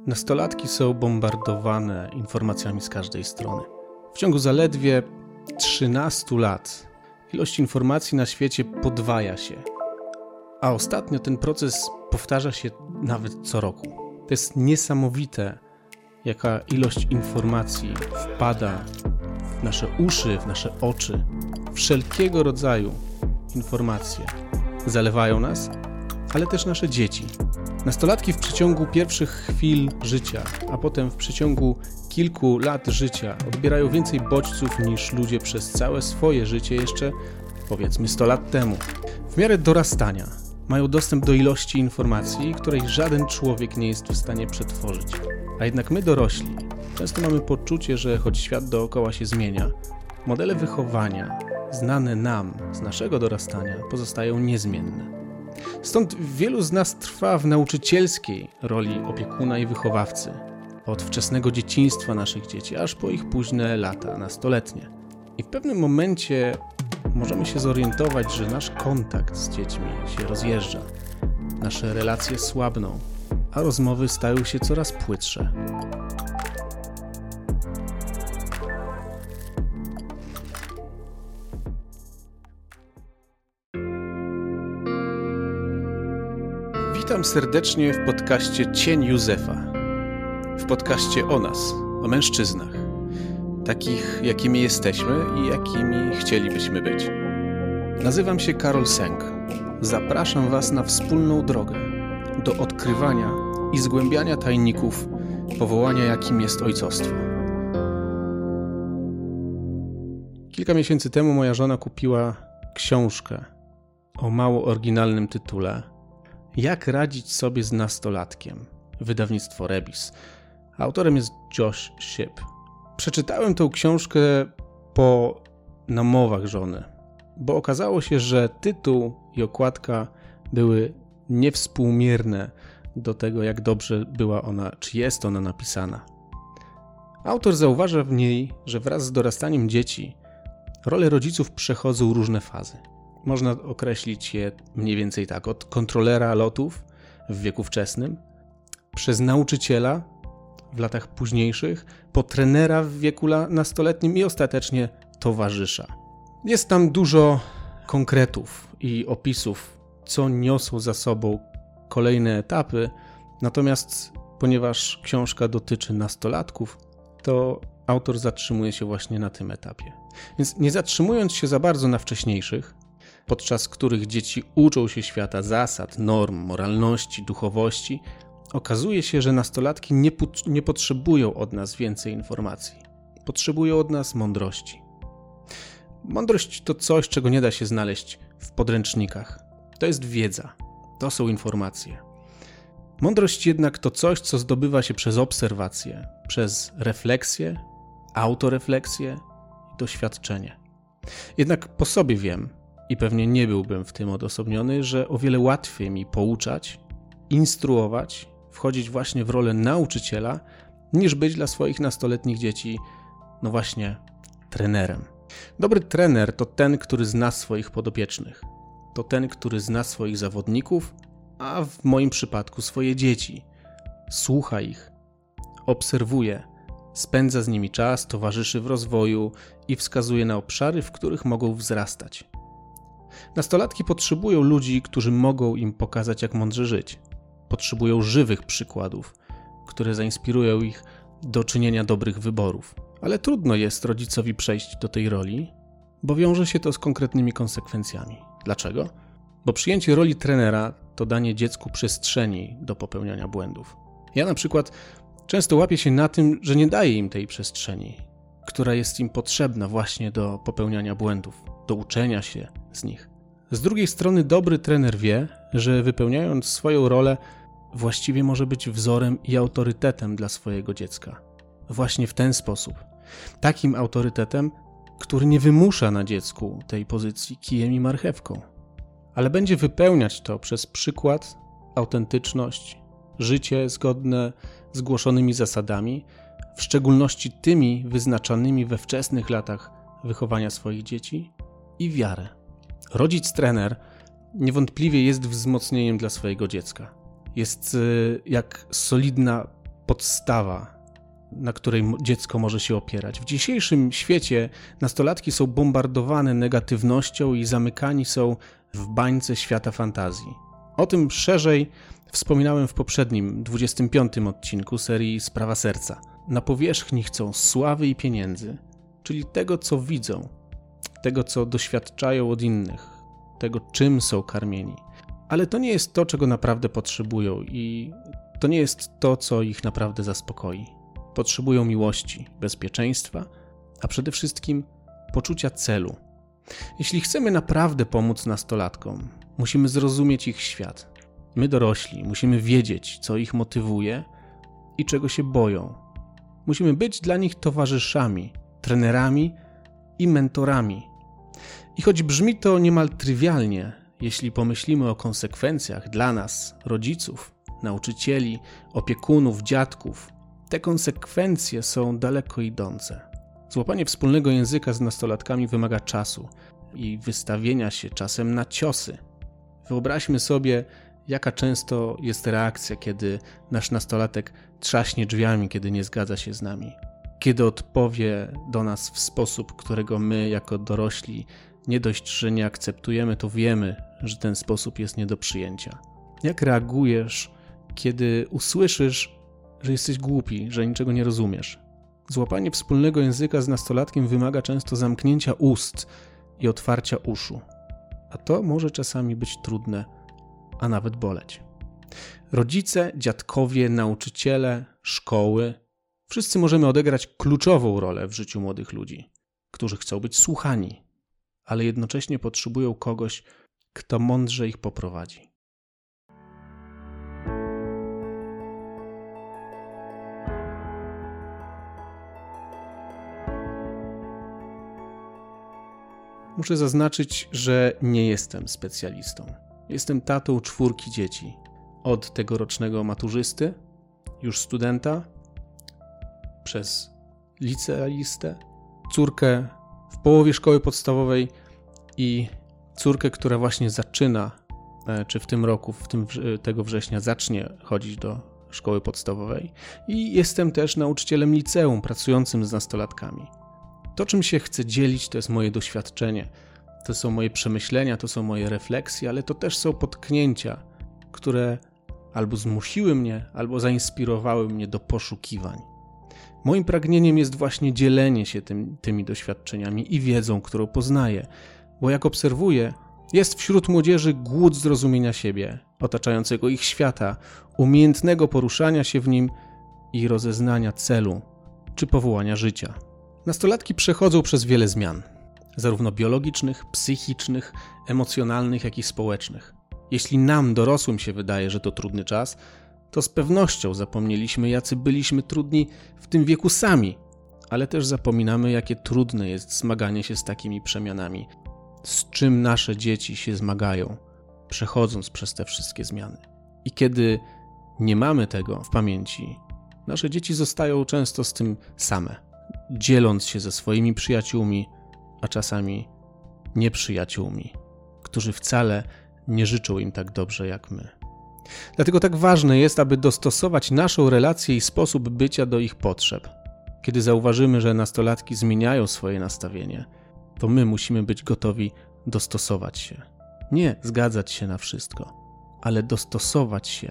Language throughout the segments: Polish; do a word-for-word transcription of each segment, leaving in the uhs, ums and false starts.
Nastolatki są bombardowane informacjami z każdej strony. W ciągu zaledwie trzynastu lat ilość informacji na świecie podwaja się, a ostatnio ten proces powtarza się nawet co roku. To jest niesamowite, jaka ilość informacji wpada w nasze uszy, w nasze oczy. Wszelkiego rodzaju informacje zalewają nas, ale też nasze dzieci. Nastolatki w przeciągu pierwszych chwil życia, a potem w przeciągu kilku lat życia odbierają więcej bodźców niż ludzie przez całe swoje życie jeszcze, powiedzmy, sto lat temu. W miarę dorastania mają dostęp do ilości informacji, której żaden człowiek nie jest w stanie przetworzyć. A jednak my, dorośli, często mamy poczucie, że choć świat dookoła się zmienia, modele wychowania znane nam z naszego dorastania pozostają niezmienne. Stąd wielu z nas trwa w nauczycielskiej roli opiekuna i wychowawcy. Od wczesnego dzieciństwa naszych dzieci, aż po ich późne lata nastoletnie. I w pewnym momencie możemy się zorientować, że nasz kontakt z dziećmi się rozjeżdża. Nasze relacje słabną, a rozmowy stają się coraz płytsze. Witam serdecznie w podcaście Cień Józefa. W podcaście o nas, o mężczyznach. Takich, jakimi jesteśmy i jakimi chcielibyśmy być. Nazywam się Karol Sęk. Zapraszam Was na wspólną drogę do odkrywania i zgłębiania tajników powołania, jakim jest ojcostwo. Kilka miesięcy temu moja żona kupiła książkę o mało oryginalnym tytule Jak radzić sobie z nastolatkiem? Wydawnictwo Rebis. Autorem jest Josh Shipp. Przeczytałem tę książkę po namowach żony, bo okazało się, że tytuł i okładka były niewspółmierne do tego, jak dobrze była ona, czy jest ona napisana. Autor zauważa w niej, że wraz z dorastaniem dzieci role rodziców przechodzą różne fazy. Można określić je mniej więcej tak, od kontrolera lotów w wieku wczesnym, przez nauczyciela w latach późniejszych, po trenera w wieku nastoletnim i ostatecznie towarzysza. Jest tam dużo konkretów i opisów, co niosą za sobą kolejne etapy, natomiast ponieważ książka dotyczy nastolatków, to autor zatrzymuje się właśnie na tym etapie. Więc nie zatrzymując się za bardzo na wcześniejszych, podczas których dzieci uczą się świata zasad, norm, moralności, duchowości, okazuje się, że nastolatki nie, pu- nie potrzebują od nas więcej informacji. Potrzebują od nas mądrości. Mądrość to coś, czego nie da się znaleźć w podręcznikach. To jest wiedza. To są informacje. Mądrość jednak to coś, co zdobywa się przez obserwację, przez refleksję, autorefleksję i doświadczenie. Jednak po sobie wiem, i pewnie nie byłbym w tym odosobniony, że o wiele łatwiej mi pouczać, instruować, wchodzić właśnie w rolę nauczyciela, niż być dla swoich nastoletnich dzieci, no właśnie, trenerem. Dobry trener to ten, który zna swoich podopiecznych. To ten, który zna swoich zawodników, a w moim przypadku swoje dzieci. Słucha ich, obserwuje, spędza z nimi czas, towarzyszy w rozwoju i wskazuje na obszary, w których mogą wzrastać. Nastolatki potrzebują ludzi, którzy mogą im pokazać, jak mądrze żyć. Potrzebują żywych przykładów, które zainspirują ich do czynienia dobrych wyborów. Ale trudno jest rodzicowi przejść do tej roli, bo wiąże się to z konkretnymi konsekwencjami. Dlaczego? Bo przyjęcie roli trenera to danie dziecku przestrzeni do popełniania błędów. Ja na przykład często łapię się na tym, że nie daję im tej przestrzeni, która jest im potrzebna właśnie do popełniania błędów, do uczenia się z nich. Z drugiej strony dobry trener wie, że wypełniając swoją rolę właściwie może być wzorem i autorytetem dla swojego dziecka. Właśnie w ten sposób. Takim autorytetem, który nie wymusza na dziecku tej pozycji kijem i marchewką, ale będzie wypełniać to przez przykład, autentyczność, życie zgodne z głoszonymi zasadami, w szczególności tymi wyznaczanymi we wczesnych latach wychowania swoich dzieci i wiarę. Rodzic-trener niewątpliwie jest wzmocnieniem dla swojego dziecka. Jest jak solidna podstawa, na której dziecko może się opierać. W dzisiejszym świecie nastolatki są bombardowane negatywnością i zamykani są w bańce świata fantazji. O tym szerzej wspominałem w poprzednim, dwudziestym piątym odcinku serii Sprawa Serca. Na powierzchni chcą sławy i pieniędzy, czyli tego, co widzą, tego, co doświadczają od innych, tego, czym są karmieni. Ale to nie jest to, czego naprawdę potrzebują i to nie jest to, co ich naprawdę zaspokoi. Potrzebują miłości, bezpieczeństwa, a przede wszystkim poczucia celu. Jeśli chcemy naprawdę pomóc nastolatkom, musimy zrozumieć ich świat. My dorośli musimy wiedzieć, co ich motywuje i czego się boją. Musimy być dla nich towarzyszami, trenerami i mentorami. I choć brzmi to niemal trywialnie, jeśli pomyślimy o konsekwencjach dla nas, rodziców, nauczycieli, opiekunów, dziadków, te konsekwencje są daleko idące. Złapanie wspólnego języka z nastolatkami wymaga czasu i wystawienia się czasem na ciosy. Wyobraźmy sobie, jaka często jest reakcja, kiedy nasz nastolatek trzaśnie drzwiami, kiedy nie zgadza się z nami. Kiedy odpowie do nas w sposób, którego my jako dorośli nie dość, że nie akceptujemy, to wiemy, że ten sposób jest nie do przyjęcia. Jak reagujesz, kiedy usłyszysz, że jesteś głupi, że niczego nie rozumiesz? Złapanie wspólnego języka z nastolatkiem wymaga często zamknięcia ust i otwarcia uszu. A to może czasami być trudne, a nawet boleć. Rodzice, dziadkowie, nauczyciele, szkoły, wszyscy możemy odegrać kluczową rolę w życiu młodych ludzi, którzy chcą być słuchani, ale jednocześnie potrzebują kogoś, kto mądrze ich poprowadzi. Muszę zaznaczyć, że nie jestem specjalistą. Jestem tatą czwórki dzieci. Od tegorocznego maturzysty, już studenta, przez licealistę, córkę w połowie szkoły podstawowej i córkę, która właśnie zaczyna, czy w tym roku, w tym, tego września zacznie chodzić do szkoły podstawowej. I jestem też nauczycielem liceum pracującym z nastolatkami. To, czym się chcę dzielić, to jest moje doświadczenie. To są moje przemyślenia, to są moje refleksje, ale to też są potknięcia, które albo zmusiły mnie, albo zainspirowały mnie do poszukiwań. Moim pragnieniem jest właśnie dzielenie się tym, tymi doświadczeniami i wiedzą, którą poznaję, bo jak obserwuję, jest wśród młodzieży głód zrozumienia siebie, otaczającego ich świata, umiejętnego poruszania się w nim i rozeznania celu czy powołania życia. Nastolatki przechodzą przez wiele zmian, zarówno biologicznych, psychicznych, emocjonalnych, jak i społecznych. Jeśli nam, dorosłym, się wydaje, że to trudny czas, to z pewnością zapomnieliśmy, jacy byliśmy trudni w tym wieku sami, ale też zapominamy, jakie trudne jest zmaganie się z takimi przemianami, z czym nasze dzieci się zmagają, przechodząc przez te wszystkie zmiany. I kiedy nie mamy tego w pamięci, nasze dzieci zostają często z tym same, dzieląc się ze swoimi przyjaciółmi, a czasami nieprzyjaciółmi, którzy wcale nie życzą im tak dobrze jak my. Dlatego tak ważne jest, aby dostosować naszą relację i sposób bycia do ich potrzeb. Kiedy zauważymy, że nastolatki zmieniają swoje nastawienie, to my musimy być gotowi dostosować się. Nie zgadzać się na wszystko, ale dostosować się,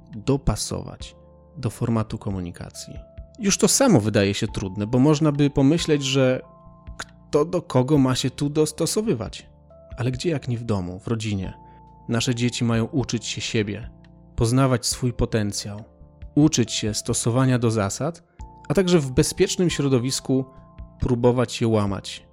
dopasować do formatu komunikacji. Już to samo wydaje się trudne, bo można by pomyśleć, że kto do kogo ma się tu dostosowywać. Ale gdzie jak nie w domu, w rodzinie? Nasze dzieci mają uczyć się siebie, poznawać swój potencjał, uczyć się stosowania do zasad, a także w bezpiecznym środowisku próbować je łamać.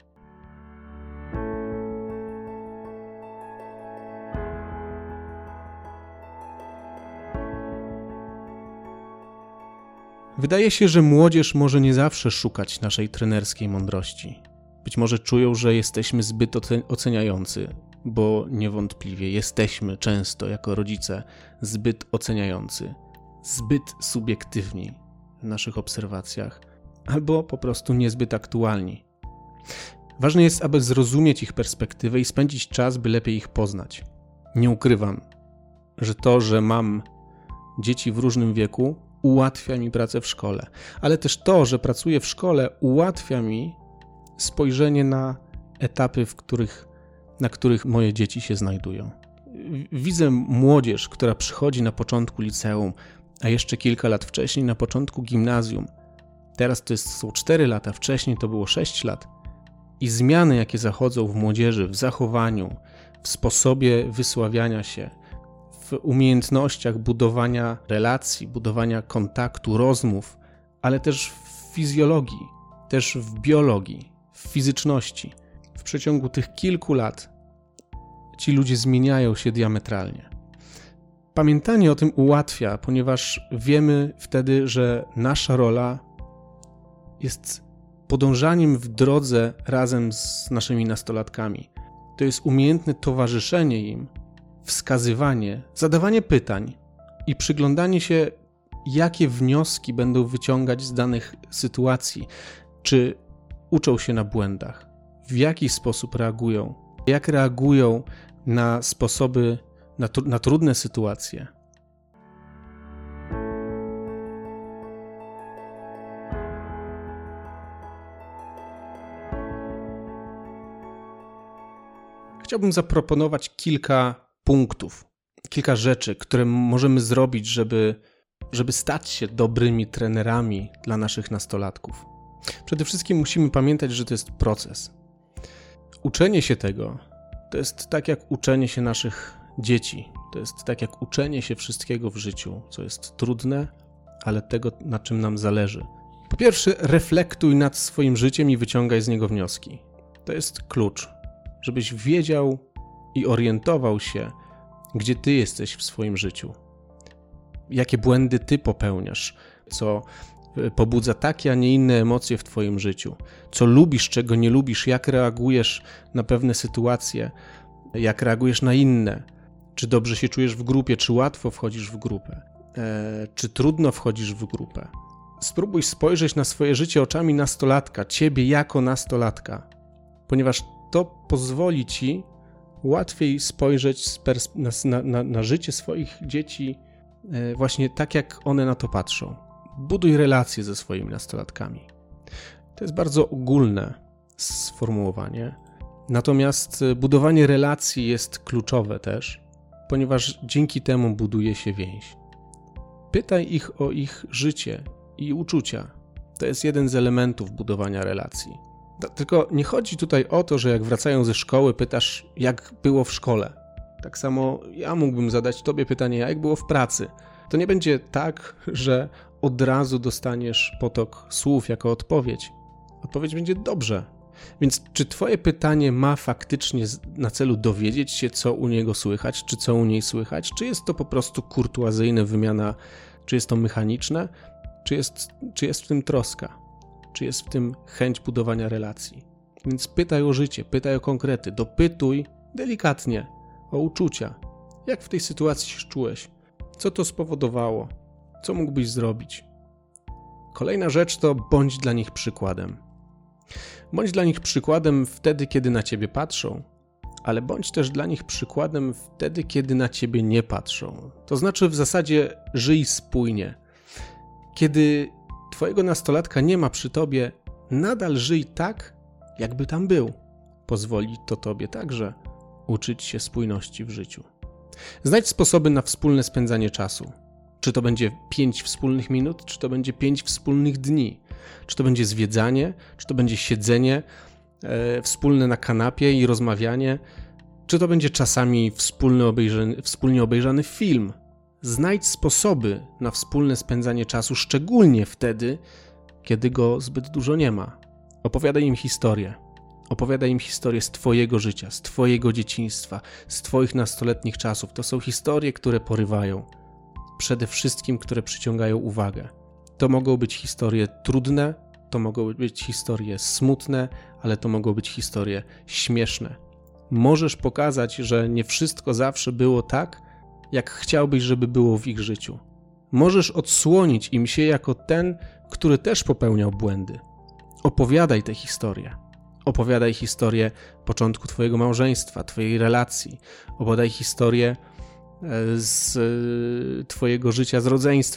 Wydaje się, że młodzież może nie zawsze szukać naszej trenerskiej mądrości. Być może czują, że jesteśmy zbyt oceniający, bo niewątpliwie jesteśmy często jako rodzice zbyt oceniający, zbyt subiektywni w naszych obserwacjach, albo po prostu niezbyt aktualni. Ważne jest, aby zrozumieć ich perspektywę i spędzić czas, by lepiej ich poznać. Nie ukrywam, że to, że mam dzieci w różnym wieku, ułatwia mi pracę w szkole, ale też to, że pracuję w szkole, ułatwia mi spojrzenie na etapy, w których, na których moje dzieci się znajdują. Widzę młodzież, która przychodzi na początku liceum, a jeszcze kilka lat wcześniej na początku gimnazjum. Teraz to jest, są cztery lata, wcześniej to było sześć lat. I zmiany, jakie zachodzą w młodzieży, w zachowaniu, w sposobie wysławiania się, w umiejętnościach budowania relacji, budowania kontaktu, rozmów, ale też w fizjologii, też w biologii, w fizyczności. W przeciągu tych kilku lat ci ludzie zmieniają się diametralnie. Pamiętanie o tym ułatwia, ponieważ wiemy wtedy, że nasza rola jest podążaniem w drodze razem z naszymi nastolatkami. To jest umiejętne towarzyszenie im, wskazywanie, zadawanie pytań i przyglądanie się, jakie wnioski będą wyciągać z danych sytuacji, czy uczą się na błędach, w jaki sposób reagują, jak reagują na sposoby, na, tr- na trudne sytuacje. Chciałbym zaproponować kilka punktów, kilka rzeczy, które możemy zrobić, żeby, żeby stać się dobrymi trenerami dla naszych nastolatków. Przede wszystkim musimy pamiętać, że to jest proces. Uczenie się tego to jest tak jak uczenie się naszych dzieci. To jest tak jak uczenie się wszystkiego w życiu, co jest trudne, ale tego, na czym nam zależy. Po pierwsze, reflektuj nad swoim życiem i wyciągaj z niego wnioski. To jest klucz, żebyś wiedział i orientował się, gdzie ty jesteś w swoim życiu. Jakie błędy ty popełniasz, co pobudza takie, a nie inne emocje w twoim życiu. Co lubisz, czego nie lubisz, jak reagujesz na pewne sytuacje, jak reagujesz na inne. Czy dobrze się czujesz w grupie, czy łatwo wchodzisz w grupę, e, czy trudno wchodzisz w grupę. Spróbuj spojrzeć na swoje życie oczami nastolatka, ciebie jako nastolatka, ponieważ to pozwoli ci łatwiej spojrzeć z pers- na, na, na życie swoich dzieci e, właśnie tak, jak one na to patrzą. Buduj relacje ze swoimi nastolatkami. To jest bardzo ogólne sformułowanie. Natomiast budowanie relacji jest kluczowe też, ponieważ dzięki temu buduje się więź. Pytaj ich o ich życie i uczucia. To jest jeden z elementów budowania relacji. Tylko nie chodzi tutaj o to, że jak wracają ze szkoły, pytasz, jak było w szkole. Tak samo ja mógłbym zadać tobie pytanie, jak było w pracy. To nie będzie tak, że od razu dostaniesz potok słów jako odpowiedź. Odpowiedź będzie dobrze. Więc czy twoje pytanie ma faktycznie na celu dowiedzieć się, co u niego słychać, czy co u niej słychać, czy jest to po prostu kurtuazyjna wymiana, czy jest to mechaniczne, czy jest, czy jest w tym troska, czy jest w tym chęć budowania relacji. Więc pytaj o życie, pytaj o konkrety, dopytuj delikatnie o uczucia. Jak w tej sytuacji się czułeś? Co to spowodowało? Co mógłbyś zrobić? Kolejna rzecz to bądź dla nich przykładem. Bądź dla nich przykładem wtedy, kiedy na ciebie patrzą, ale bądź też dla nich przykładem wtedy, kiedy na ciebie nie patrzą. To znaczy w zasadzie żyj spójnie. Kiedy twojego nastolatka nie ma przy tobie, nadal żyj tak, jakby tam był. Pozwoli to tobie także uczyć się spójności w życiu. Znajdź sposoby na wspólne spędzanie czasu. Czy to będzie pięć wspólnych minut, czy to będzie pięć wspólnych dni. Czy to będzie zwiedzanie, czy to będzie siedzenie e, wspólne na kanapie i rozmawianie, czy to będzie czasami wspólny obejrzany, wspólnie obejrzany film. Znajdź sposoby na wspólne spędzanie czasu, szczególnie wtedy, kiedy go zbyt dużo nie ma. Opowiadaj im historię. Opowiadaj im historię z twojego życia, z twojego dzieciństwa, z twoich nastoletnich czasów. To są historie, które porywają. Przede wszystkim, które przyciągają uwagę. To mogą być historie trudne, to mogą być historie smutne, ale to mogą być historie śmieszne. Możesz pokazać, że nie wszystko zawsze było tak, jak chciałbyś, żeby było w ich życiu. Możesz odsłonić im się jako ten, który też popełniał błędy. Opowiadaj te historie. Opowiadaj historię początku twojego małżeństwa, twojej relacji. Opowiadaj historię z twojego życia z rodzeństwem,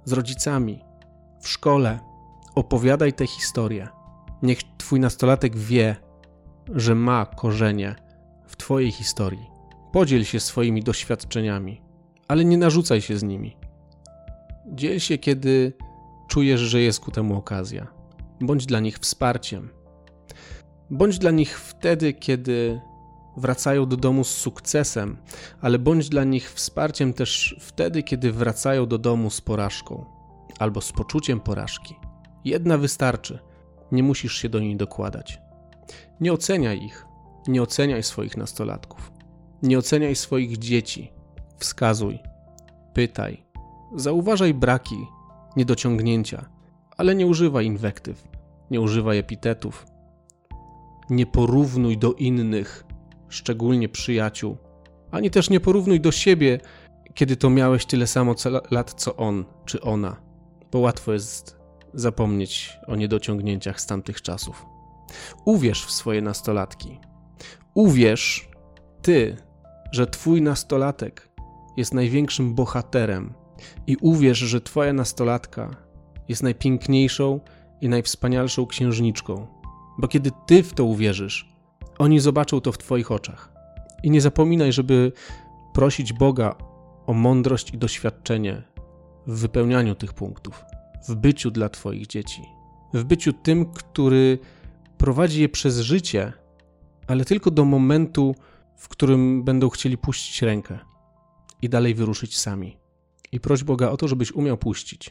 z rodzicami, w szkole. Opowiadaj te historie. Niech twój nastolatek wie, że ma korzenie w twojej historii. Podziel się swoimi doświadczeniami, ale nie narzucaj się z nimi. Dziel się, kiedy czujesz, że jest ku temu okazja. Bądź dla nich wsparciem. Bądź dla nich wtedy, kiedy wracają do domu z sukcesem, ale bądź dla nich wsparciem też wtedy, kiedy wracają do domu z porażką albo z poczuciem porażki. Jedna wystarczy. Nie musisz się do niej dokładać. Nie oceniaj ich. Nie oceniaj swoich nastolatków. Nie oceniaj swoich dzieci. Wskazuj. Pytaj. Zauważaj braki, niedociągnięcia, ale nie używaj inwektyw. Nie używaj epitetów. Nie porównuj do innych, szczególnie przyjaciół, ani też nie porównuj do siebie, kiedy to miałeś tyle samo lat co on czy ona, bo łatwo jest zapomnieć o niedociągnięciach z tamtych czasów. Uwierz w swoje nastolatki. Uwierz ty, że twój nastolatek jest największym bohaterem i uwierz, że twoja nastolatka jest najpiękniejszą i najwspanialszą księżniczką, bo kiedy ty w to uwierzysz, oni zobaczą to w twoich oczach. I nie zapominaj, żeby prosić Boga o mądrość i doświadczenie w wypełnianiu tych punktów, w byciu dla twoich dzieci, w byciu tym, który prowadzi je przez życie, ale tylko do momentu, w którym będą chcieli puścić rękę i dalej wyruszyć sami. I proś Boga o to, żebyś umiał puścić.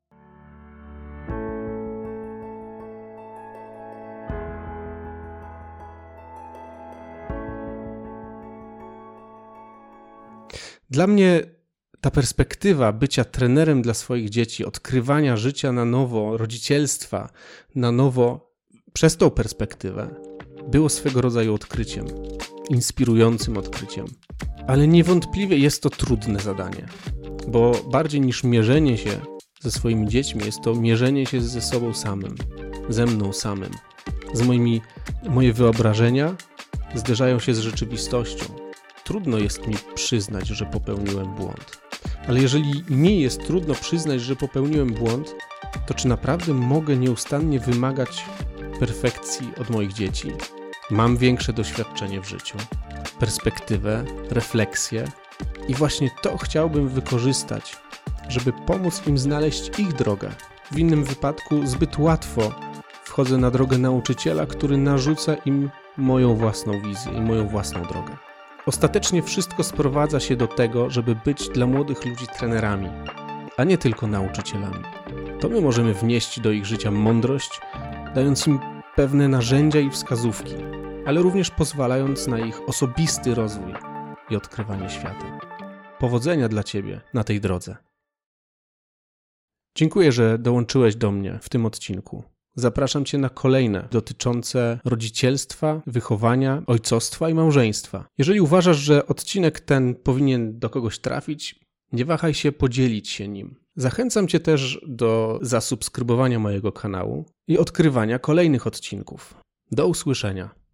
Dla mnie ta perspektywa bycia trenerem dla swoich dzieci, odkrywania życia na nowo, rodzicielstwa na nowo, przez tą perspektywę było swego rodzaju odkryciem, inspirującym odkryciem. Ale niewątpliwie jest to trudne zadanie, bo bardziej niż mierzenie się ze swoimi dziećmi, jest to mierzenie się ze sobą samym, ze mną samym. Z moimi, moje wyobrażenia zderzają się z rzeczywistością. Trudno jest mi przyznać, że popełniłem błąd. Ale jeżeli mi jest trudno przyznać, że popełniłem błąd, to czy naprawdę mogę nieustannie wymagać perfekcji od moich dzieci? Mam większe doświadczenie w życiu, perspektywę, refleksję i właśnie to chciałbym wykorzystać, żeby pomóc im znaleźć ich drogę. W innym wypadku zbyt łatwo wchodzę na drogę nauczyciela, który narzuca im moją własną wizję i moją własną drogę. Ostatecznie wszystko sprowadza się do tego, żeby być dla młodych ludzi trenerami, a nie tylko nauczycielami. To my możemy wnieść do ich życia mądrość, dając im pewne narzędzia i wskazówki, ale również pozwalając na ich osobisty rozwój i odkrywanie świata. Powodzenia dla Ciebie na tej drodze. Dziękuję, że dołączyłeś do mnie w tym odcinku. Zapraszam Cię na kolejne dotyczące rodzicielstwa, wychowania, ojcostwa i małżeństwa. Jeżeli uważasz, że odcinek ten powinien do kogoś trafić, nie wahaj się podzielić się nim. Zachęcam Cię też do zasubskrybowania mojego kanału i odkrywania kolejnych odcinków. Do usłyszenia.